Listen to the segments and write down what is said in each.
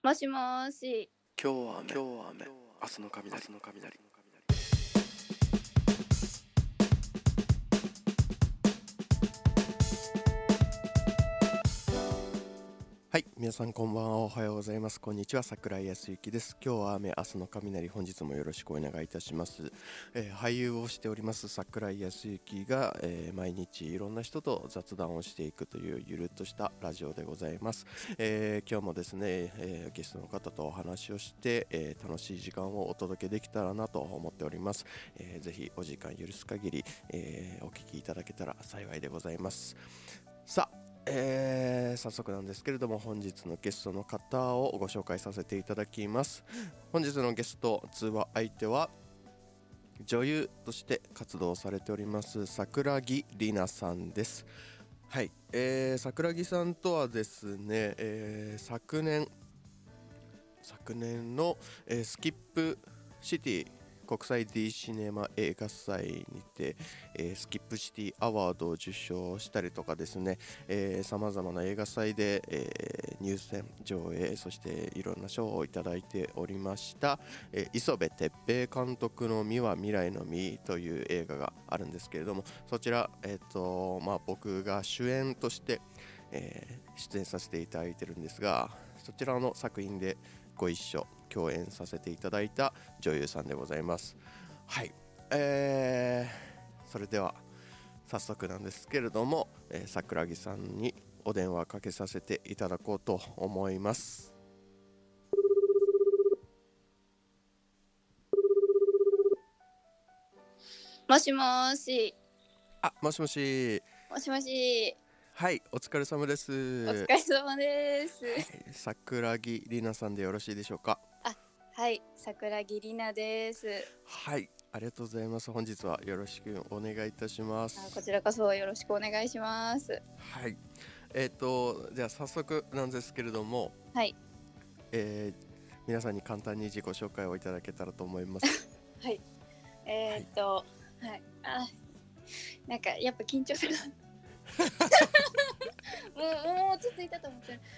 もしもーし。 今日は雨、明日の雷。はい、皆さんこんばんは、おはようございます。こんにちは、桜井康之です。今日は雨、明日の雷。本日もよろしくお願いいたします。俳優をしております桜井康之が、毎日いろんな人と雑談をしていくというゆるっとしたラジオでございます。今日もですね、ゲストの方とお話をして、楽しい時間をお届けできたらなと思っております。ぜひお時間許す限り、お聞きいただけたら幸いでございます。さあ早速なんですけれども、本日のゲストの方をご紹介させていただきます。本日のゲスト通話相手は女優として活動されております桜木里奈さんです。はい、桜木さんとはですね、昨年の、スキップシティ国際 D シネマ映画祭にて、スキップシティアワードを受賞したりとかですね、さまざまな映画祭で、入選上映、そしていろんな賞をいただいておりました、磯部哲平監督の実は未来の実という映画があるんですけれども、そちら、僕が主演として、出演させていただいてるんですが、そちらの作品でご一緒共演させていただいた女優さんでございます。はい、それでは早速なんですけれども、桜木さんにお電話かけさせていただこうと思います。 もしもーし。 もしもし。 もしもし。 はい、お疲れ様です。 お疲れ様です。 はい、桜木里奈さんでよろしいでしょうか。 はい、桜木里奈です。 はい、ありがとうございます。本日はよろしくお願いいたします。 こちらこそよろしくお願いします。 はい、じゃあ早速なんですけれども、 はい、 皆さんに簡単に自己紹介をいただけたらと思います。 はい、はい、なんかやっぱ緊張するもう落ち着いたと思って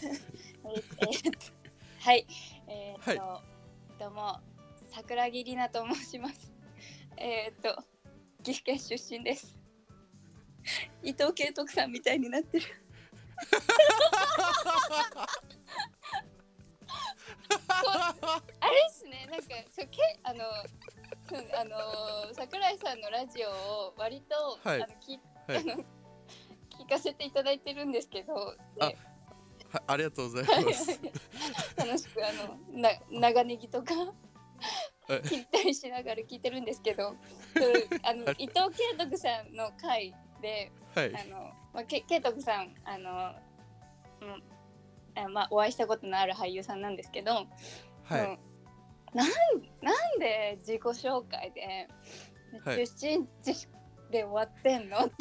はい、どうも桜木里奈と申します。岐阜県出身です。伊藤慶徳さんみたいになってるあれですね、なんか桜井さんのラジオを割と、 はい、 聞かせていただいてるんですけど、 ありがとうございます。 楽しく長ネギとか切ったりしながら聞いてるんですけど、伊藤慶徳さんの回で、慶徳さんお会いしたことのある俳優さんなんですけど、なんで自己紹介で、出身地で終わってんのって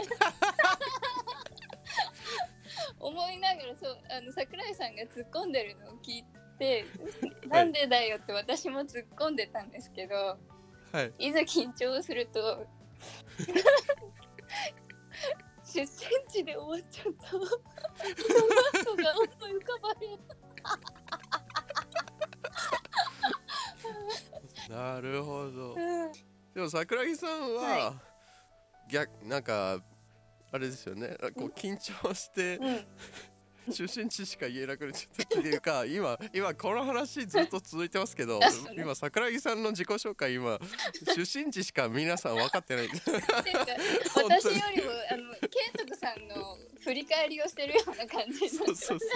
思いながら、桜井さんが突っ込んでるのを聞いて、なんでだよって私も突っ込んでたんですけど、いざ緊張すると出身地で終わっちゃったその後が思い浮かばれるなるほど、でも桜木さんは、なんかあれですよね、こう緊張して、出身地しか言えなくなっちゃったっていうか今この話ずっと続いてますけど今桜木さんの自己紹介出身地しか皆さん分かってない私よりも慶徳さんの振り返りをしてるような感じそう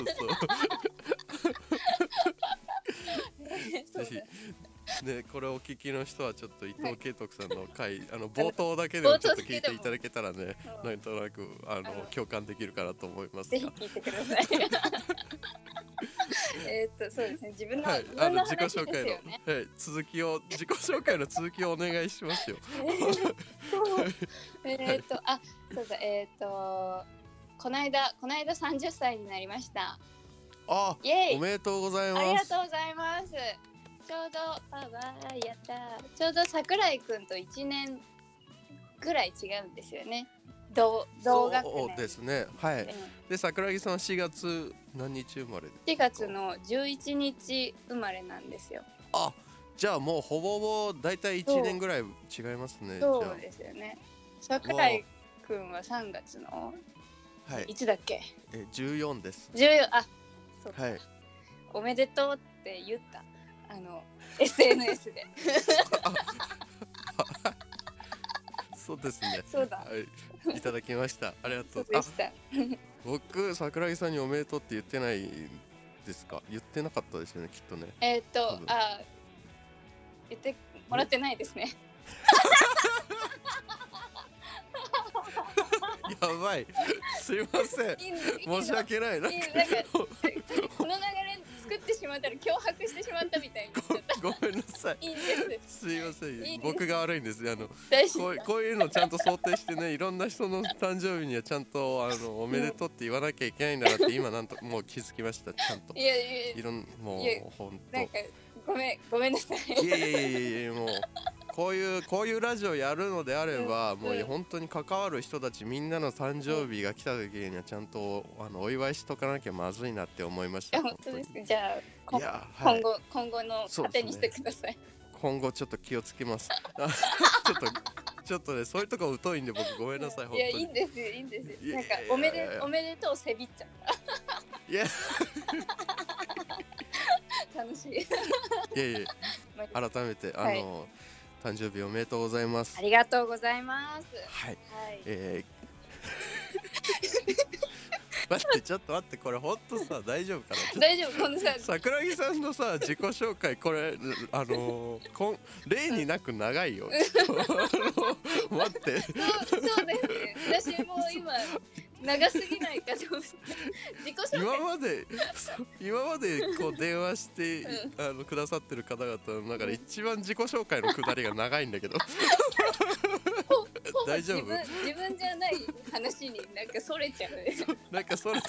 ぜひね、これをお聞きの人はちょっと伊藤慶徳さんの回、冒頭だけでもちょっと聞いていただけたらね、なんとなく共感できるかなと思いますが、 ぜひ聞いてくださいそうですね、自分の話ですよね。 自己紹介の続きをお願いしますよそうだ、この間30歳になりました。 イエーイ、おめでとうございます。 ありがとうございます。ちょうど桜井くんと1年ぐらい違うんですよね。 同学年。 そうですね。はい。で桜木さんは4月何日生まれですか？ 4月の11日生まれなんですよ。 あ、じゃあもうほぼほぼだいたい1年ぐらい違いますね。 そうですよね。桜井くんは3月の、いつだっけ ？14です。 14、あ、そうか、 はい。 おめでとうって言った。SNS で。 そうですね。 そうだ。 はい。いただきました。ありがとう。 そうでした。 僕、桜木さんにおめでとうって言ってないですか？言ってなかったですよね、きっとね。 言ってもらってないですね。 やばい。すいません。申し訳ないな。 この流れ作ってしまったら脅迫してしまったみたいになっちゃった。 ごめんなさい。 いいんです。 すいません。僕が悪いんです。こういうのちゃんと想定してね、いろんな人の誕生日にはちゃんとおめでとうって言わなきゃいけないんだなって今なんともう気づきました。ちゃんと。もう本当。なんかごめんなさい。 いやもう。こういうラジオやるのであれば、もう本当に関わる人たちみんなの誕生日が来た時にはちゃんとお祝いしとかなきゃまずいなって思いました。 本当ですか。じゃあ今後の糧にしてください。 今後ちょっと気をつけます。ちょっとね、そういうとこ疎いんで僕ごめんなさい。本当に。いや、 いいんですよ、いいんですよ。なんかおめでとうせびっちゃった。 いや楽しい。 いや改めて誕生日おめでとうございます。 ありがとうございます。 はい。待って、ちょっと待って、これほんとさ、大丈夫かな？ 大丈夫。このさ、 桜木さんのさ、自己紹介、これ例になく長いよ。待って。 そうですね。私も今長すぎないかと思って。自己紹介。 今までこう電話してくださってる方々の中で一番自己紹介のくだりが長いんだけど。大丈夫？ 自分じゃない話になんかそれちゃう。 なんかそれちゃ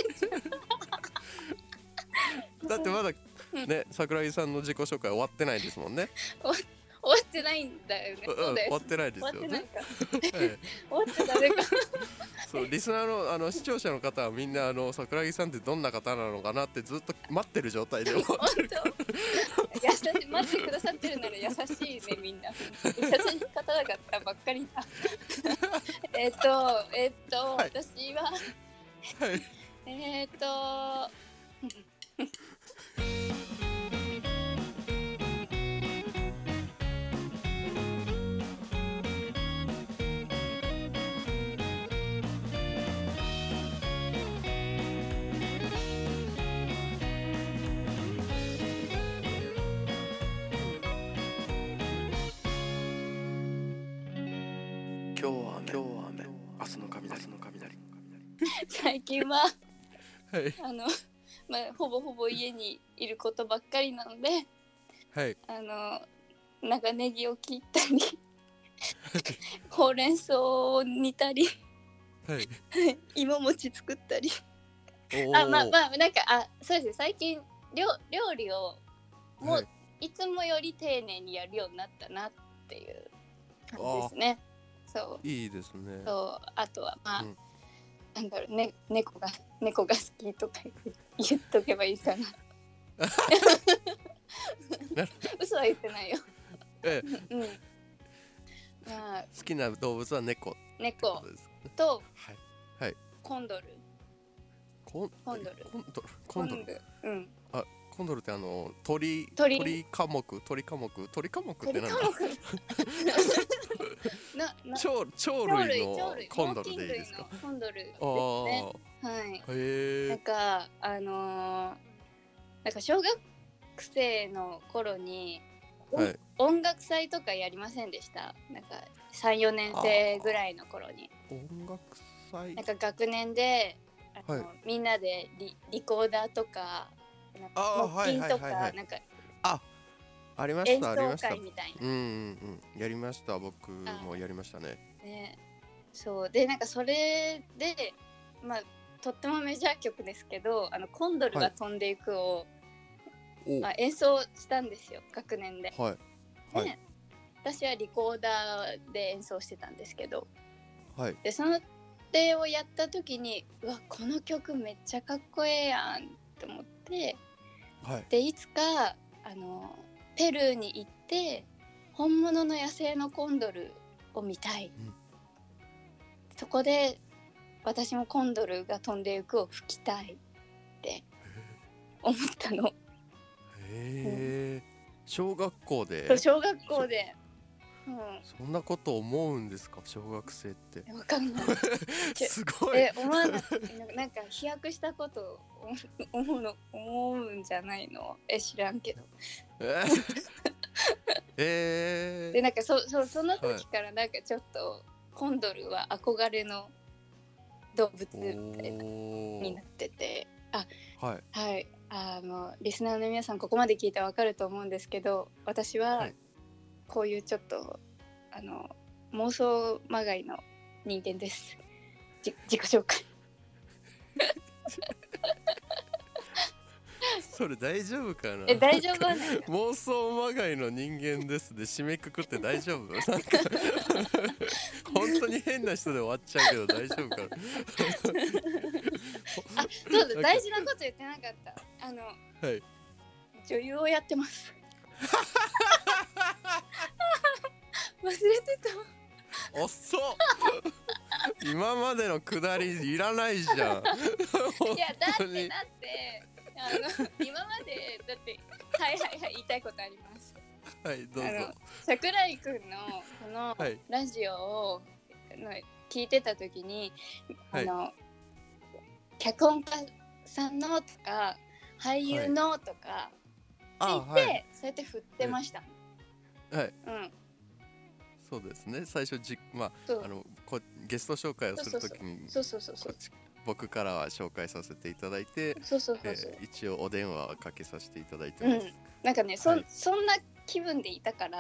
う。だってまだね、桜木さんの自己紹介終わってないですもんね。 終わってないんだよね。 終わってないですよね。 終わってダメか。 そうリスナーの視聴者の方はみんな桜木さんってどんな方なのかなってずっと待ってる状態で待ってくださってるなら優しいね、みんな。優しい方だったばっかりだ。私は今日は雨、明日の雷。 最近はほぼ家にいることばっかりなので、長ネギを切ったりほうれん草を煮たり、芋餅作ったり、なんかそうですね、最近料理をもういつもより丁寧にやるようになったなっていう感じですね。そういいですね。 そうあとはなんだろうね、猫が好きとか言っとけばいいかな。嘘は言ってないよ。 好きな動物は猫とコンドル。 コンドル。コンドルって鳥科目ってなんだ？鳥類のコンドルでいいですか？ コンドルですね。はい。なんか小学生の頃に音楽祭とかやりませんでした？なんか3、4年生ぐらいの頃に。 音楽祭？ なんか学年でみんなでリコーダーとか木琴とかなんかありました。 演奏会みたいな。 やりました。僕もやりましたね。 そうで、なんかそれでとってもメジャー曲ですけど、コンドルが飛んでいくを演奏したんですよ、学年で。私はリコーダーで演奏してたんですけど、でその定をやった時に、うわこの曲めっちゃかっこええやんって思って、 はい、 でいつかペルーに行って本物の野生のコンドルを見たい、そこで私もコンドルが飛んでいくを吹きたいって思ったの。 小学校で？ そう、小学校で、 そんなこと思うんですか、小学生って。 わかんないすごい。 思わないなんか飛躍したこと思うんじゃないの？知らんけどでなんかその時からなんかちょっとコンドルは憧れの動物みたいなになってて、はい、リスナーの皆さんここまで聞いてわかると思うんですけど、私はこういうちょっと妄想まがいの人間です。自己紹介それ大丈夫かな？ 大丈夫はないよ。 妄想まがいの人間ですで締めくくって大丈夫？なんか本当に変な人で終わっちゃうけど大丈夫かな？ そうだ、大事なこと言ってなかった。 はい、 女優をやってます忘れてた。遅っ今までのくだりいらないじゃん。いやだって今までだってはい言いたいことあります。 はいどうぞ。 桜井くんのこのラジオを聞いてた時に、脚本家さんのとか俳優のとかって言って、そうやって振ってました。 そうですね。最初ゲスト紹介をするときに僕からは紹介させていただいて、一応お電話をかけさせていただいてます。 なんかね、そんな気分でいたから、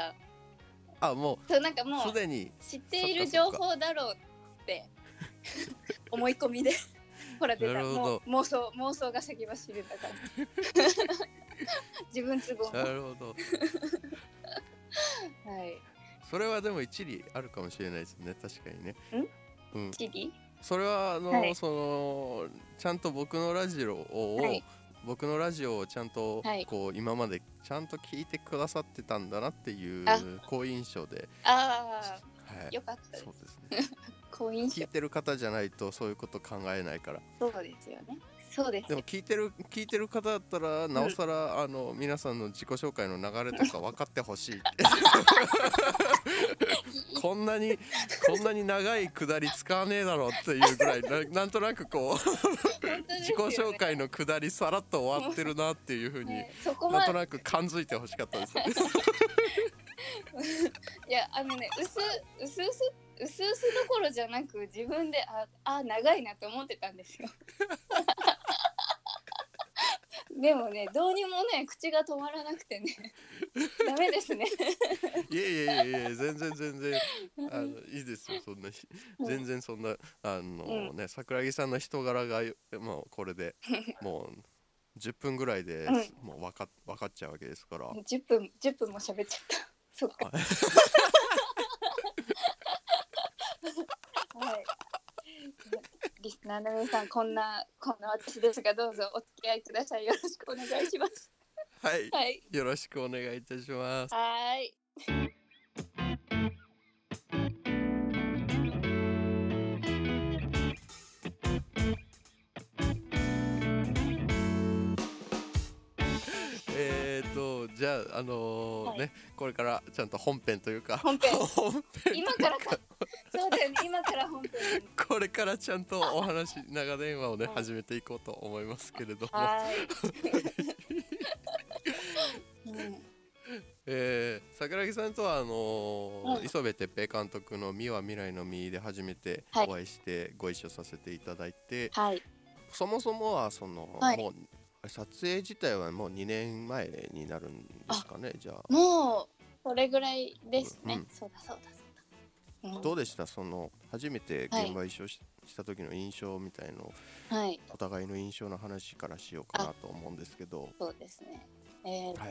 もうなんかもうすでに知っている情報だろうって思い込みでほら出た、もう妄想が先走るんだから自分都合の。 なるほどはい、それはでも一理あるかもしれないですね、確かにね。 一理？ それはちゃんと僕のラジオをちゃんとこう今までちゃんと聞いてくださってたんだなっていう好印象で。 よかったです。 そうですね好印象。聞いてる方じゃないとそういうこと考えないから。 そうですよね。そうです。 でも聞いてる方だったらなおさら、皆さんの自己紹介の流れとか分かってほしいこんなに長いくだり使わねえだろっていうぐらいなんとなくこう、自己紹介のくだりさらっと終わってるなっていうふうに、なんとなく感づいてほしかったですいやうすどころじゃなく自分で長いなって思ってたんですよでもね、どうにもね口が止まらなくてねダメですねいや全然いいですよ、そんな全然そんな桜木さんの人柄がもうこれでもう10分ぐらいでもう分かっちゃうわけですから。 10分も喋っちゃったそっかはいリスナーの皆さん、こんな私ですが、どうぞお付き合いください。よろしくお願いしますはい、よろしくお願いいたします。 はい。 じゃあこれからちゃんと本編というか今からかそうだよね、今から本編これからちゃんとお話長電話をね始めていこうと思いますけれども桜木さんとは磯部哲平監督の「美は未来の実」で初めてお会いしてご一緒させていただいて、そもそもはもう撮影自体はもう2年前になるんですかね。じゃあもうそれぐらいですね。そうだ、 どうでした、初めて現場一緒した時の印象みたいの、お互いの印象の話からしようかなと思うんですけど。 そうですね。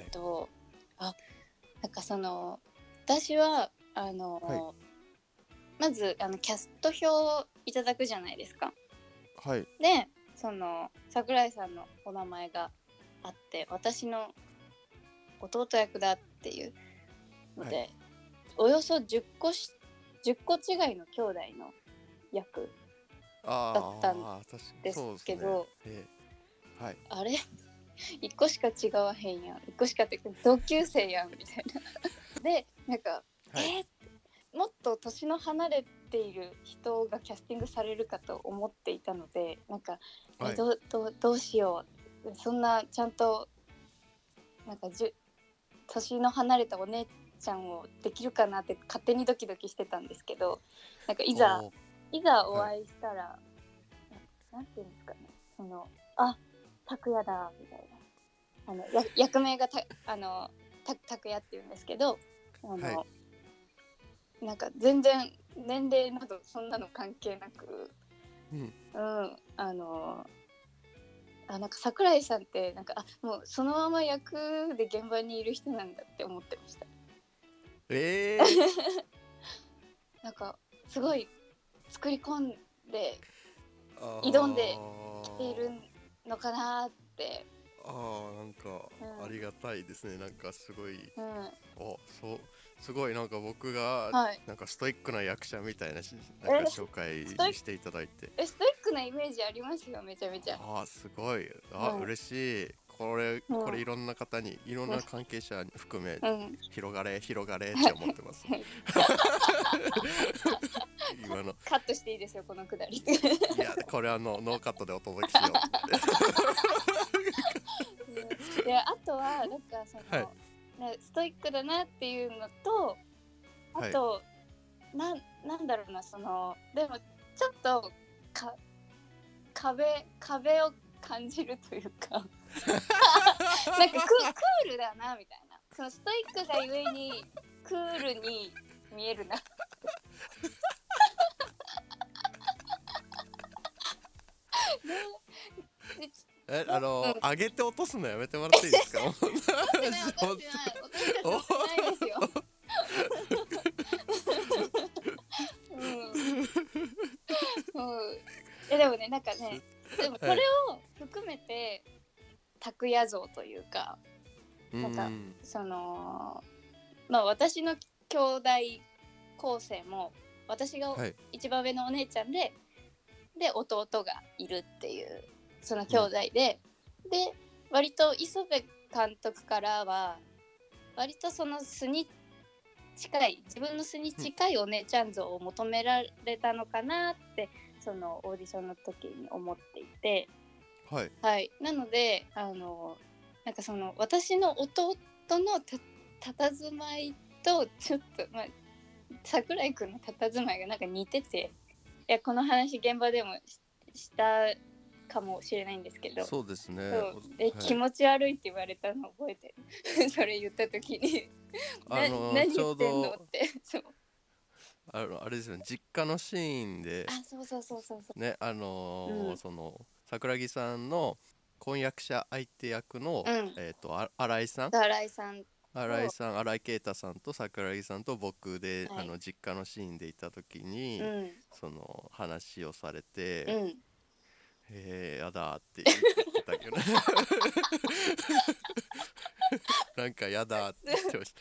なんか私はまずキャスト表をいただくじゃないですか。 はい。 でその桜井さんのお名前があって私の弟役だっていうので、はい、およそ10個違いの兄弟の役だったんですけど、 はい、 あれ1個しか違わへんやん、1個しかって同級生やんみたいなでなんか、はい、もっと年の離れている人がキャスティングされるかと思っていたので、なんか、はい、どうしよう、そんなちゃんとなんか年の離れたお姉ちゃんをできるかなって勝手にドキドキしてたんですけど、なんかいざお会いしたら、はい、なんていうんですかね、その拓也だみたいな、役名が拓也っていうんですけど、はい、なんか全然年齢などそんなの関係なく、なんか桜井さんってなんかもうそのまま役で現場にいる人なんだって思ってました。なんかすごい作り込んで挑んできているのかなって。 なんかありがたいですね。なんかすごい、すごいなんか僕がなんかストイックな役者みたいな、なんか紹介していただいて、 ストイックなイメージありますよ、めちゃめちゃ。 すごい、嬉しい。これいろんな方に、いろんな関係者含め、広がれって思ってます。 今のカットしていいですよ、このくだり。いや、これノーカットでお届けしよう。で、あとはなんかその、ストイックだなっていうのと、あと、なんだろうな、そのでもちょっと壁を感じるというかなんかクールだなみたいな、そのストイックがゆえにクールに見えるな上げて落とすのやめてもらっていいですか？落としてないですよ。でもね、なんかね、でもそれを含めて拓也像というか、なんかその私の兄弟構成も私が一番上のお姉ちゃんで、弟がいるっていうその兄弟で、で割と磯部監督からは割とその素に近い、自分の素に近いお姉ちゃん像を求められたのかなってそのオーディションの時に思っていて、なのでなんかその私の弟の佇まいとちょっと、桜井くんの佇まいがなんか似てて、いやこの話現場でもしたかもしれないんですけど、 そうですね。 気持ち悪いって言われたの覚えてるそれ言った時に何言ってんのってそうあれですよね、実家のシーンで、 そうね、その桜木さんの婚約者相手役の、新井さん、新井啓太さんと桜木さんと僕で、実家のシーンでいた時に、その話をされて、やだって言ってたけどなんかやだって言ってました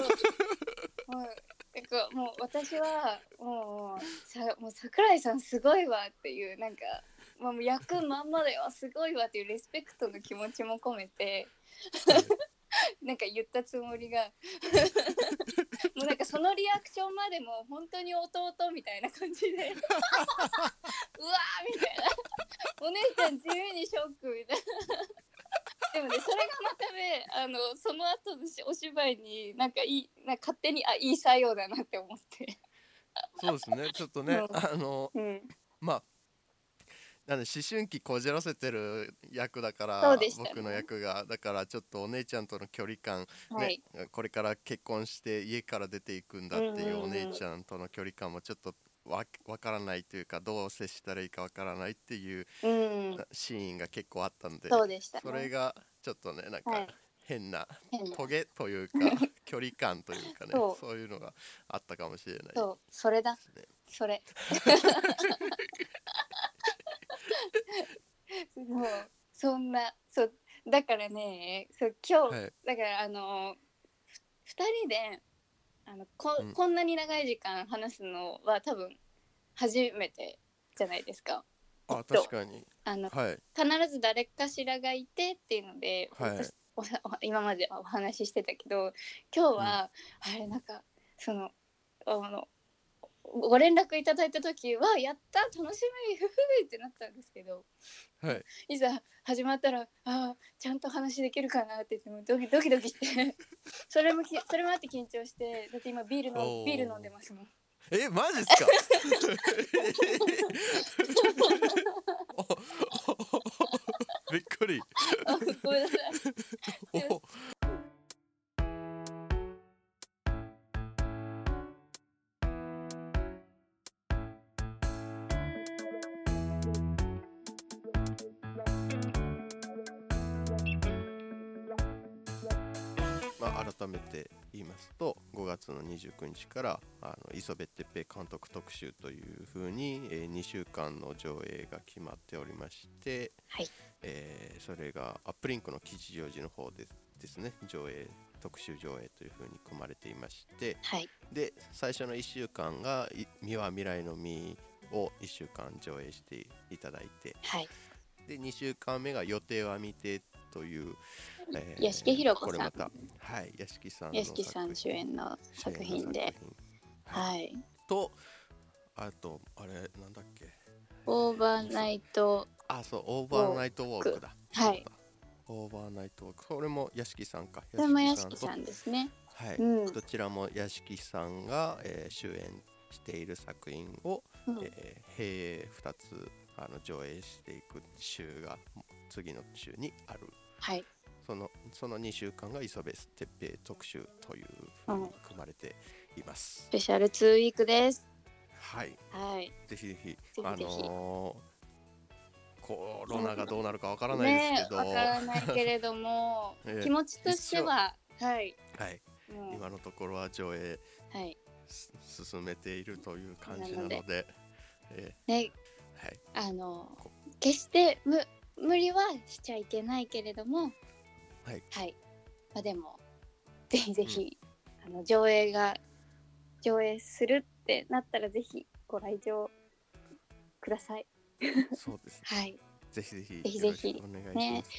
もう私はもう桜井さんすごいわっていう、なんかもう役まんまだよすごいわっていうレスペクトの気持ちも込めてなんか言ったつもりがもうなんかそのリアクションまでも本当に弟みたいな感じでうわーみたいなお姉ちゃん自由にショックみたいなでもね、それがまたね、その後のお芝居になんか勝手にいい作用だなって思ってそうですね、ちょっとね、まあなんで思春期こじらせてる役だから、僕の役がだからちょっとお姉ちゃんとの距離感、これから結婚して家から出ていくんだっていうお姉ちゃんとの距離感もちょっとわからないというか、どう接したらいいかわからないっていうシーンが結構あったんで、それがちょっとねなんか変なトゲというか距離感というかね、そういうのがあったかもしれない。 そうそれだ、それもうそんなそうだからね、そう今日、だから2人でこんなに長い時間話すのは多分初めてじゃないですか。 あ、確かに。 必ず誰かしらがいてっていうので、今まではお話ししてたけど、今日は、あれなんかそのご連絡いただいた時はやった楽しみふふってなったんですけど、いざ始まったらちゃんと話できるかなって言ってもドキドキしてそれもあって緊張して、だって今ビール飲んでますもん。 マジっすかびっくりごめんなさい改めて言いますと、5月の29日から磯部哲平監督特集というふうに、2週間の上映が決まっておりまして、それがアップリンクの吉祥寺の方でですね、特集上映というふうに組まれていまして、で最初の1週間が美は未来の実を1週間上映していただいて、で2週間目が予定は未定という屋敷ひろ子さん、 これまた屋敷さん主演の作品で、 とあとあれなんだっけ、 オーバーナイトオーバーナイトウォークだ。オーバーナイトウォーク、これも屋敷さんか。 これも屋敷さんですね。 どちらも屋敷さんが、主演している作品を、併2つ上映していく週が次の週にある。その2週間が磯部哲平特集というふうに組まれています。 スペシャル2ウィークです。 ぜひぜひコロナがどうなるかわからないですけど、 わからないけれども気持ちとしては今のところは上映、進めているという感じなので、 決して無理はしちゃいけないけれども、でもぜひぜひ、上映するってなったらぜひご来場ください。 そうですね。 ぜひぜひお願いします。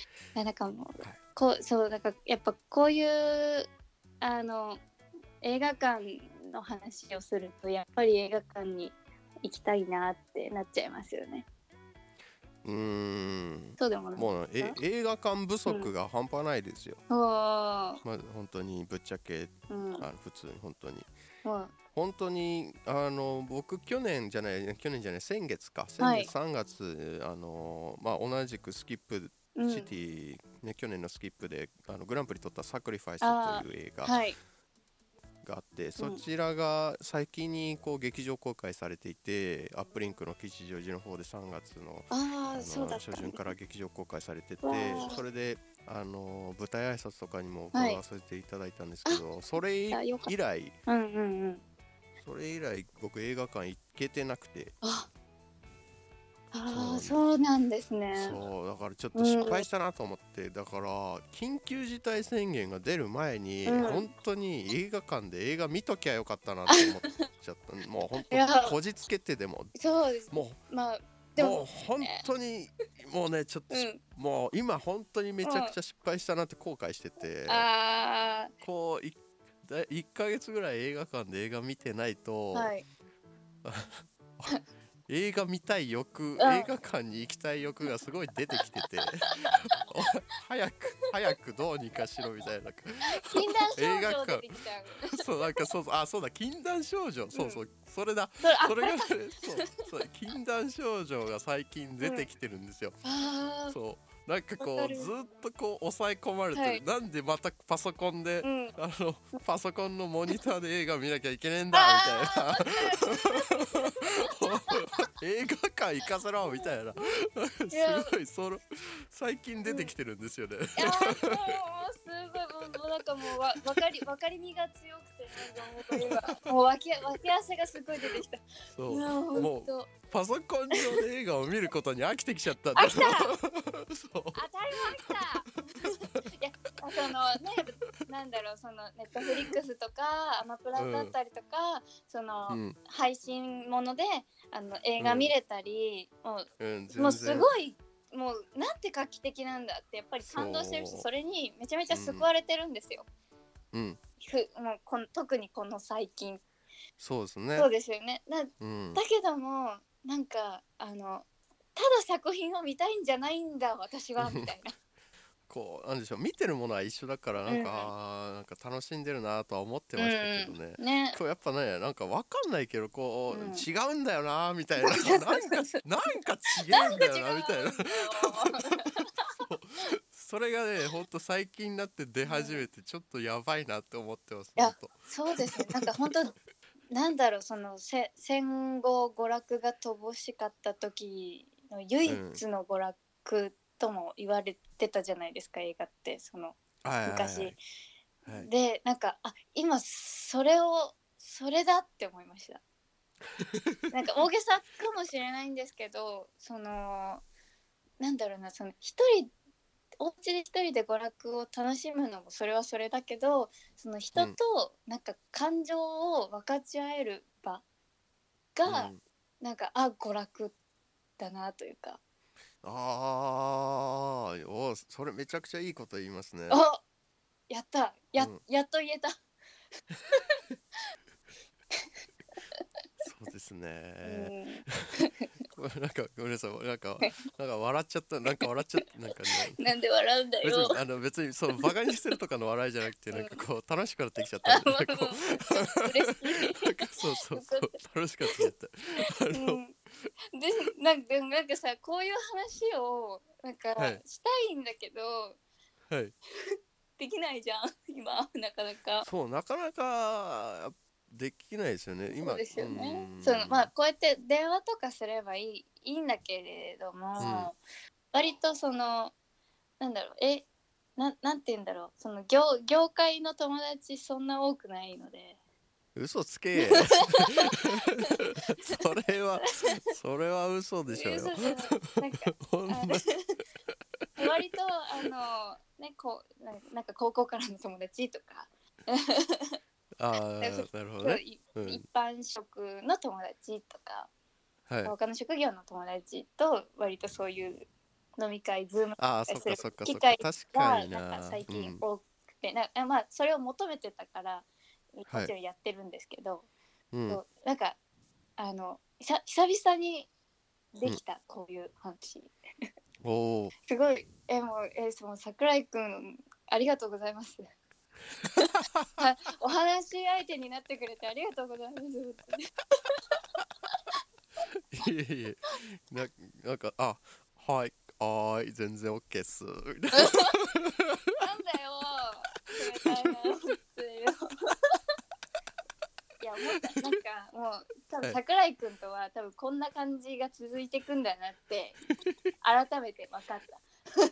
なんかもう、なんかやっぱこういう映画館の話をするとやっぱり映画館に行きたいなってなっちゃいますよね。そうでもない。 もう映画館不足が半端ないですよ。本当にぶっちゃけ、普通に本当に僕先月3月同じくスキップシティ、去年のスキップでグランプリ取ったサクリファイスという映画があって、そちらが最近に劇場公開されていて、アップリンクの吉祥寺の方で3月の初旬から劇場公開されてて、それで舞台挨拶とかにも伺わせていただいたんですけど、それ以来僕映画館行けてなくて。 そうなんですね。 そうだからちょっと失敗したなと思って、だから緊急事態宣言が出る前に、本当に映画館で映画見ときゃよかったなと思っちゃったもう本当にこじつけてでも、 そうです。 もう本当にもうねちょっと、もう今本当にめちゃくちゃ失敗したなって後悔してて、1ヶ月ぐらい映画館で映画見てないと、映画見たい欲、映画館に行きたい欲がすごい出てきてて早くどうにかしろみたいな禁断症状出てきちゃう。 そうだ禁断症状、 それだ。それがね、そう禁断症状が最近出てきてるんですよ。そうなんかこうずっとこう抑え込まれてる、なんでまたパソコンで、パソコンのモニターで映画見なきゃいけねえんだみたいな映画館行かせろみたいなすごい最近出てきてるんですよね。 いやすごいもうなんかもう分かりみが強くて、なんかもう脇汗がすごい出てきた。 そうもうパソコン上で映画を見ることに飽きてきちゃったんだ。 飽きたそう当たり前飽きたいやそのね、なんだろう、そのネットフリックスとかアマプラだったりとか、その、配信もので映画見れたり、もうすごいもうなんて画期的なんだってやっぱり感動してるし、それにめちゃめちゃ救われてるんですよ。もう特にこの最近。 そうですね。 そうですよね。だけどもなんかただ作品を見たいんじゃないんだ私はみたいな。 こうなんでしょう、見てるものは一緒だからなんか楽しんでるなとは思ってましたけどね。今日やっぱね、なんかわかんないけどこう、違うんだよなみたいな、なんか違うんだよなみたいなそれがね、ほんと最近になって出始めてちょっとやばいなって思ってます。 いやそうですね、なんか本当なんだろう、その戦後娯楽が乏しかった時の唯一の娯楽とも言われてたじゃないですか、映画って。その昔で、なんか今それだって思いましたなんか大げさかもしれないんですけど、そのなんだろうな、そのお家で一人で娯楽を楽しむのもそれはそれだけど、その人となんか感情を分かち合える場が、なんか娯楽だなというか。 それめちゃくちゃいいこと言いますね。 やったやっと言えたそうですね。なんかごめんなさい、なんか笑っちゃった、なんかね。 なんで笑うんだよ。 別にそうバカにしてるとかの笑いじゃなくて、なんかこう楽しくなってきちゃったんで、 嬉しい。 そう楽しくなってきちゃった。 でなんかさ、こういう話をなんかしたいんだけど、できないじゃん今なかなか。 そうなかなかできないですよね今。 そうですよね。まあこうやって電話とかすればいいんだけれども、割とそのなんだろう、なんて言うんだろう、その業界の友達そんな多くないので。 嘘つけそれは嘘でしょうよ。 なんか割とね、なんか高校からの友達とかなるほどね。 一般職の友達とか、他の職業の友達と割とそういう飲み会、ズームする機会がなんか最近多くて、まあそれを求めてたからもちろんやってるんですけど、なんか久々にできた、こういう話すごいその桜井くんありがとうございますお話し相手になってくれてありがとうございますいえなんかはい全然 OK っすなんだよ冷たいなっていや思った、なんかもう多分桜井くんとは多分こんな感じが続いていくんだなって改めて分かった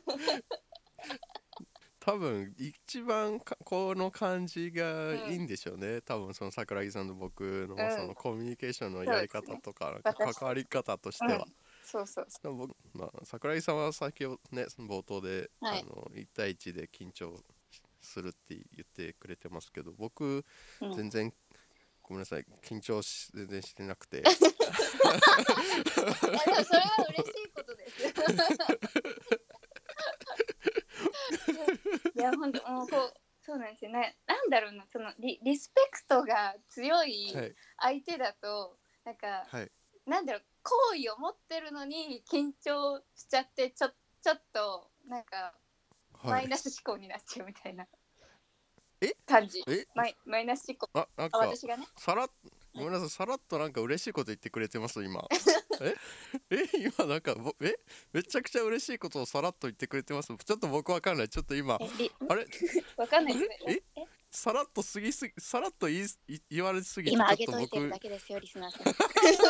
多分一番この感じがいいんでしょうね、多分その桜木さんと僕のそのコミュニケーションのやり方とか、関わり方としては、僕、桜木さんは先ほどね冒頭で、1対1で緊張するって言ってくれてますけど、僕、全然ごめんなさい、緊張全然してなくていやでもそれは嬉しいことですいや本当もうそうなんですよね。なんだろうな、そのリスペクトが強い相手だと、なんか、なんだろう、好意を持ってるのに緊張しちゃってちょっとなんかマイナス思考になっちゃうみたいな感じ。マイナス思考。 なんか私がね。 さらっごめんなさい、さらっとなんか嬉しいこと言ってくれてます今。今なんかめちゃくちゃ嬉しいことをさらっと言ってくれてます。ちょっと僕わかんない。ちょっと今あれわかんないですね。 さらっと言われすぎて今上げといてるだけですよ、リスナーさん。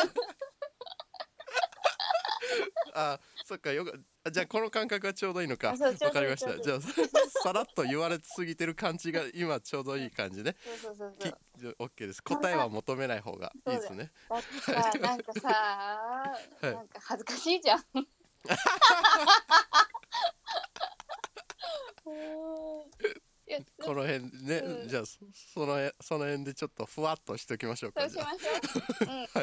そっかじゃあこの感覚がちょうどいいのか。わかりました。じゃあさらっと言われすぎてる感じが今ちょうどいい感じね。オッケーです。答えは求めない方がいいですね。 だってさ、なんかさ、なんか恥ずかしいじゃん。 この辺ね、じゃあその辺でちょっとふわっとしておきましょうか。 そうしましょう。 はい。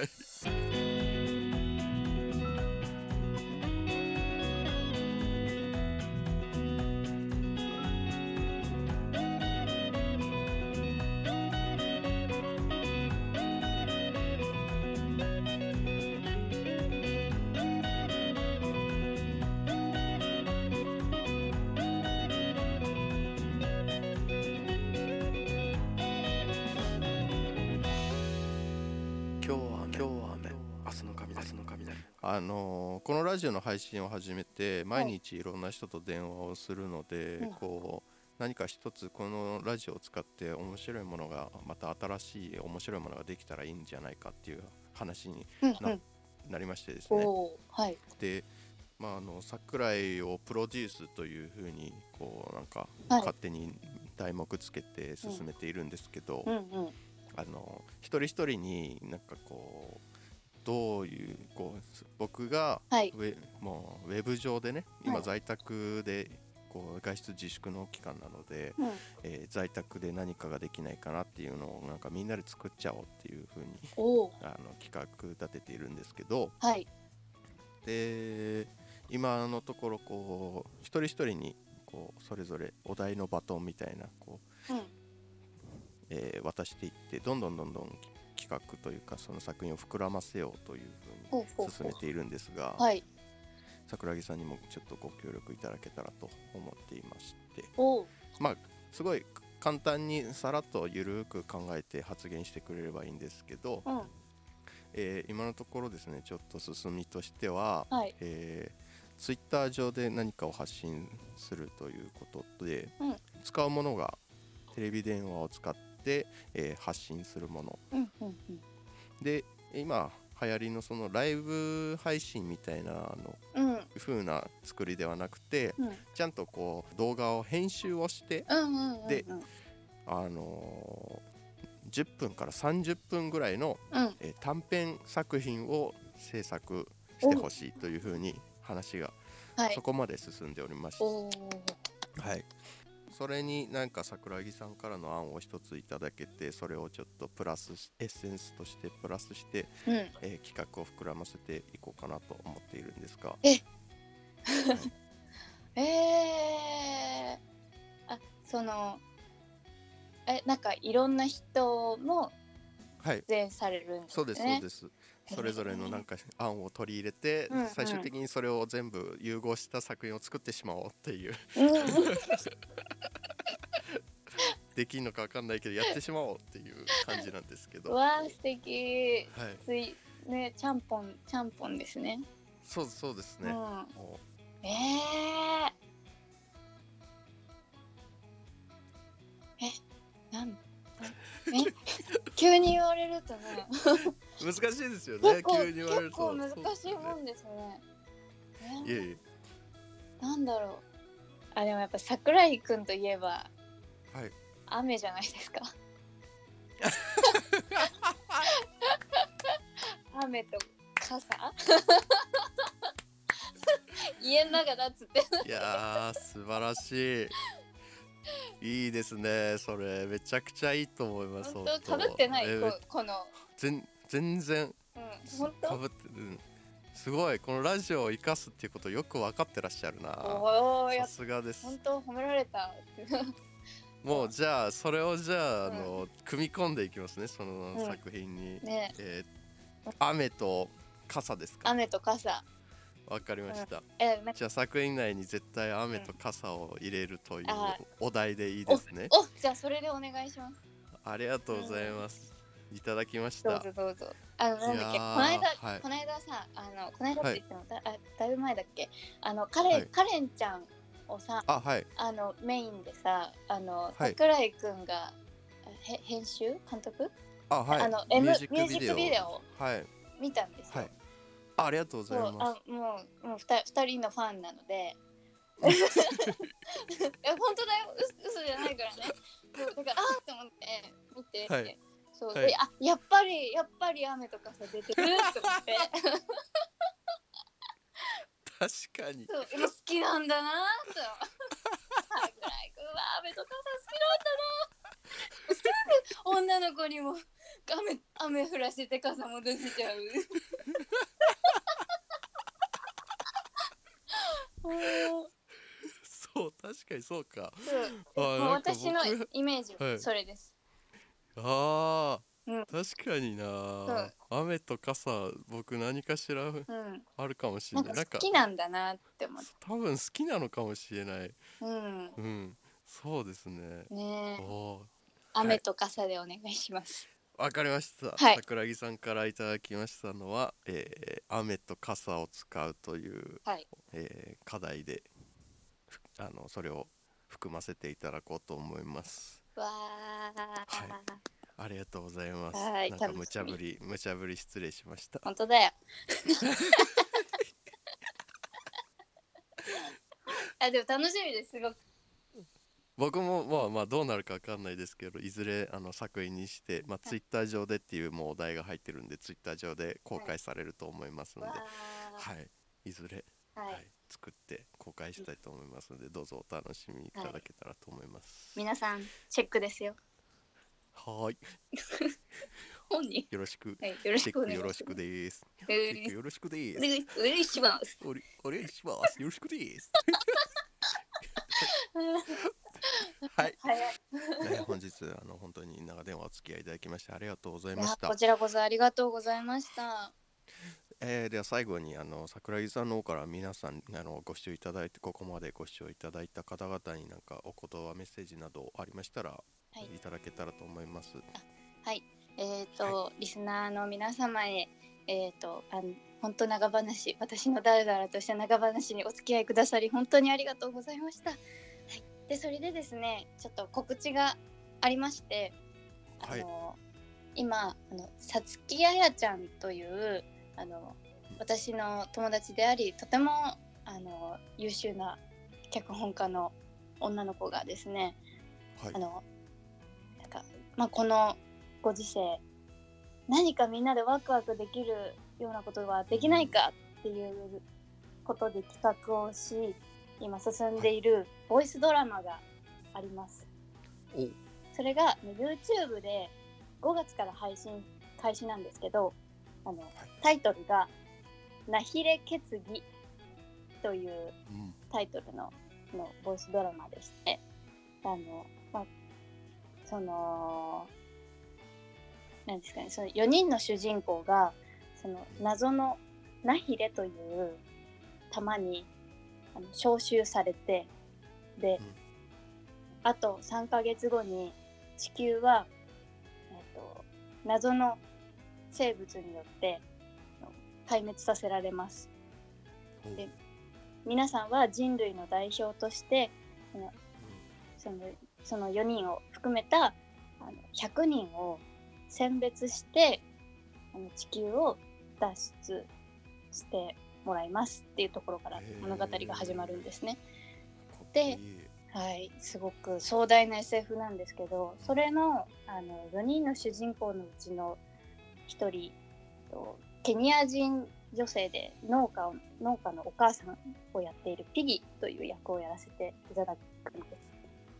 このラジオの配信を始めて毎日いろんな人と電話をするので、こう何か一つこのラジオを使って面白いものがまた新しい面白いものができたらいいんじゃないかっていう話に なりましてですね。で、桜井をプロデュースというふうにこうなんか勝手に題目つけて進めているんですけど、一人一人になんかこうどういう僕がもうウェブ上でね、今在宅でこう外出自粛の期間なので、在宅で何かができないかなっていうのをなんかみんなで作っちゃおうっていう風に企画立てているんですけど、で今のところこう一人一人にこうそれぞれお題のバトンみたいなこう、渡していってどんどん企画というかその作品を膨らませようというふうに進めているんですが、桜木さんにもちょっとご協力いただけたらと思っていまして、すごい簡単にさらっとゆるく考えて発言してくれればいいんですけど、今のところですねちょっと進みとしては、ツイッター上で何かを発信するということで、使うものがテレビ電話を使って、発信するもの、で今流行りのそのライブ配信みたいな風な作りではなくて、ちゃんとこう動画を編集をして、で10分から30分ぐらいの、短編作品を制作してほしいという風に話がそこまで進んでおりまして、それになんか桜木さんからの案を一ついただけて、それをちょっとプラスエッセンスとしてプラスして、企画を膨らませていこうかなと思っているんですが、 そのなんかいろんな人も出演されるんですね。 そうです。それぞれのなんか案を取り入れて、最終的にそれを全部融合した作品を作ってしまおうっていうできんのか分かんないけどやってしまおうっていう感じなんですけど。 わー素敵。ね、ちゃんぽんですね。 そうですね。 急に言われるとね難しいですよね。急に言われると結構難しいもんですね。なんだろう。でもやっぱ桜井くんといえば、雨じゃないですか。雨と傘家の中だっつっていやー素晴らしい。いいですね。それめちゃくちゃいいと思います。 本当かぶってない、この全然かぶってすごいこのラジオを生かすっていうことをよく分かってらっしゃるな。さすがです。 本当褒められた。 もうじゃあそれを組み込んでいきますね、その作品に。雨と傘ですか。 雨と傘。 わかりました。じゃあ作品内に絶対雨と傘を入れるというお題でいいですね。 じゃあそれでお願いします。 ありがとうございます。 いただきました。 どうぞどうぞ。なんだっけ、この間さ、この間って言ってもだいぶ前だっけ、カレンちゃんをさ、メインでさ、桜井くんが編集監督、ミュージックビデオを見たんですよ。 ありがとうございます。 もう2人のファンなので本当だよ、嘘じゃないからね。だからと思って見て、そうで、やっぱり雨とかさ出てると思って確かにそう今好きなんだなと桜井くんは雨とかさ好きなんだなすぐ女の子にも雨降らせて傘も出せちゃうそう、確かにそうか。 私のイメージはそれです。 確かにな。雨と傘、僕何かしらあるかもしれない。 なんか好きなんだなって思って。 多分好きなのかもしれない。そうですね。 雨と傘でお願いします。 わかりました。桜木さんからいただきましたのは、雨と傘を使うという、課題でそれを含ませていただこうと思います。ありがとうございます。なんか無茶ぶり失礼しました。 本当だよ。でも楽しみです、すごく。 僕もまあどうなるか分かんないですけど、いずれ作品にして、ツイッター上でっていうもうお題が入ってるんで、ツイッター上で公開されると思いますので、いずれ、作って公開したいと思いますので、どうぞお楽しみいただけたらと思います。 皆さんチェックですよ。本人よろしく。 よろしくよろしくです。よろしくです。 お願いします。 お願いします。よろしくです。本日本当に長電話お付き合いいただきましてありがとうございました。 こちらこそありがとうございました。 では最後に桜木さんの方から皆さんご視聴いただいて、ここまでご視聴いただいた方々になんかお言葉メッセージなどありましたら、いただけたらと思います。 リスナーの皆様へ本当長話、私のだらだらとした長話にお付き合いくださり本当にありがとうございました。でそれでですね、ちょっと告知がありまして、今さつきあやちゃんという私の友達でありとても優秀な脚本家の女の子がですね、このご時世何かみんなでワクワクできるようなことはできないかっていうことで企画をし、今進んでいるボイスドラマがあります。それが YouTube で5月から配信開始なんですけど、タイトルがなひれ決議というタイトルのボイスドラマでして、なんですかね、その4人の主人公がその謎のナヒレという玉に召集されて、で、あと3ヶ月後に地球は、謎の生物によって壊滅させられます。で、皆さんは人類の代表としてその4人を含めた100人を選別して地球を脱出してもらいますっていうところから物語が始まるんですね。で、すごく壮大な SF なんですけど、それの4人の主人公のうちの1人ケニア人女性で農家のお母さんをやっているピギという役をやらせていただくんです。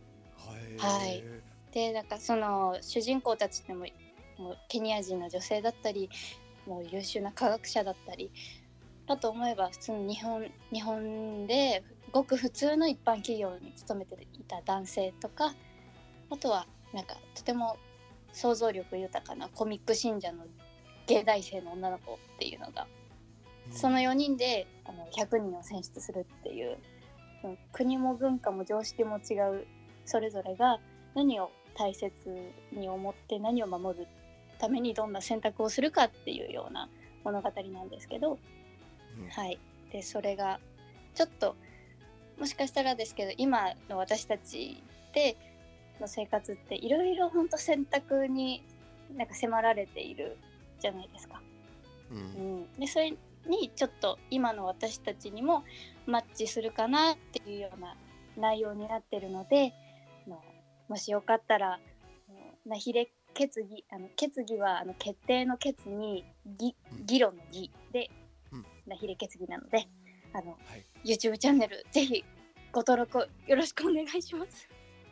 で、なんかその主人公たちってもうケニア人の女性だったり、もう優秀な科学者だったり、あと思えば普通の日本でごく普通の一般企業に勤めていた男性とか、あとはなんかとても想像力豊かなコミック信者の芸大生の女の子っていうのが、その4人で100人を選出するっていう、その国も文化も常識も違うそれぞれが何を大切に思って何を守るためにどんな選択をするかっていうような物語なんですけど、はい。でそれがちょっともしかしたらですけど、今の私たちでの生活っていろいろ本当選択になんか迫られているじゃないですか。でそれにちょっと今の私たちにもマッチするかなっていうような内容になってるので、もしよかったらなひれ決議、決議は決定の決に議論の議で、なひれ決議なので、YouTube チャンネルぜひご登録よろしくお願いします。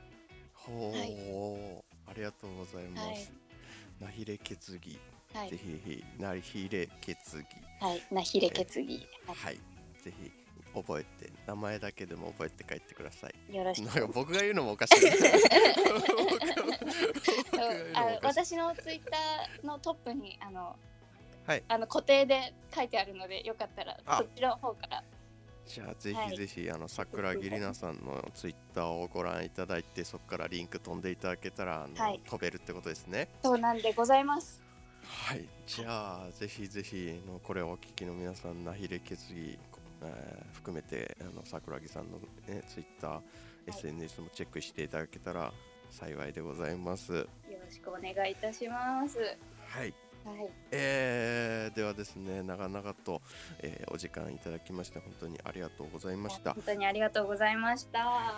ありがとうございます。なひれ決議、ぜひなひれ決議、 なひれ決議、 ぜひ覚えて、名前だけでも覚えて帰ってください。 よろしく。 なんか僕が言うのもおかしい私のツイッターのトップに固定で書いてあるので、よかったらそちらの方から。 じゃあぜひぜひ桜木里奈さんのツイッターをご覧いただいて、そこからリンク飛んでいただけたら飛べるってことですね。 そうなんでございます。 はい、じゃあぜひぜひこれをお聞きの皆さん、なひれ決議含めて桜木さんの、ツイッター、SNS もチェックしていただけたら幸いでございます。よろしくお願いいたします。 はい。ではですね、長々と、お時間いただきまして本当にありがとうございました。 本当にありがとうございました。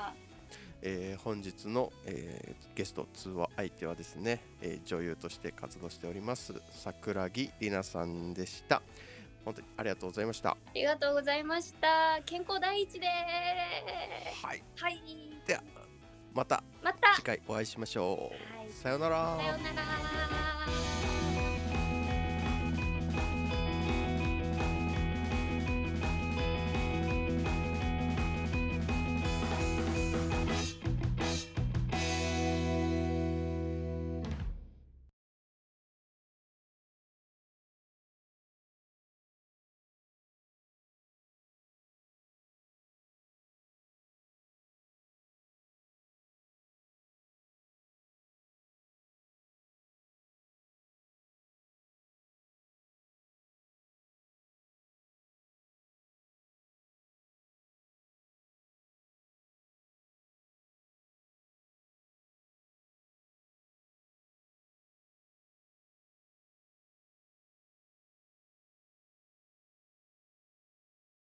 本日の、ゲスト通話相手はですね、女優として活動しております桜木里奈さんでした。本当にありがとうございました。ありがとうございました。健康第一ではい、ではまた次回お会いしましょう。さようなら。 さようなら。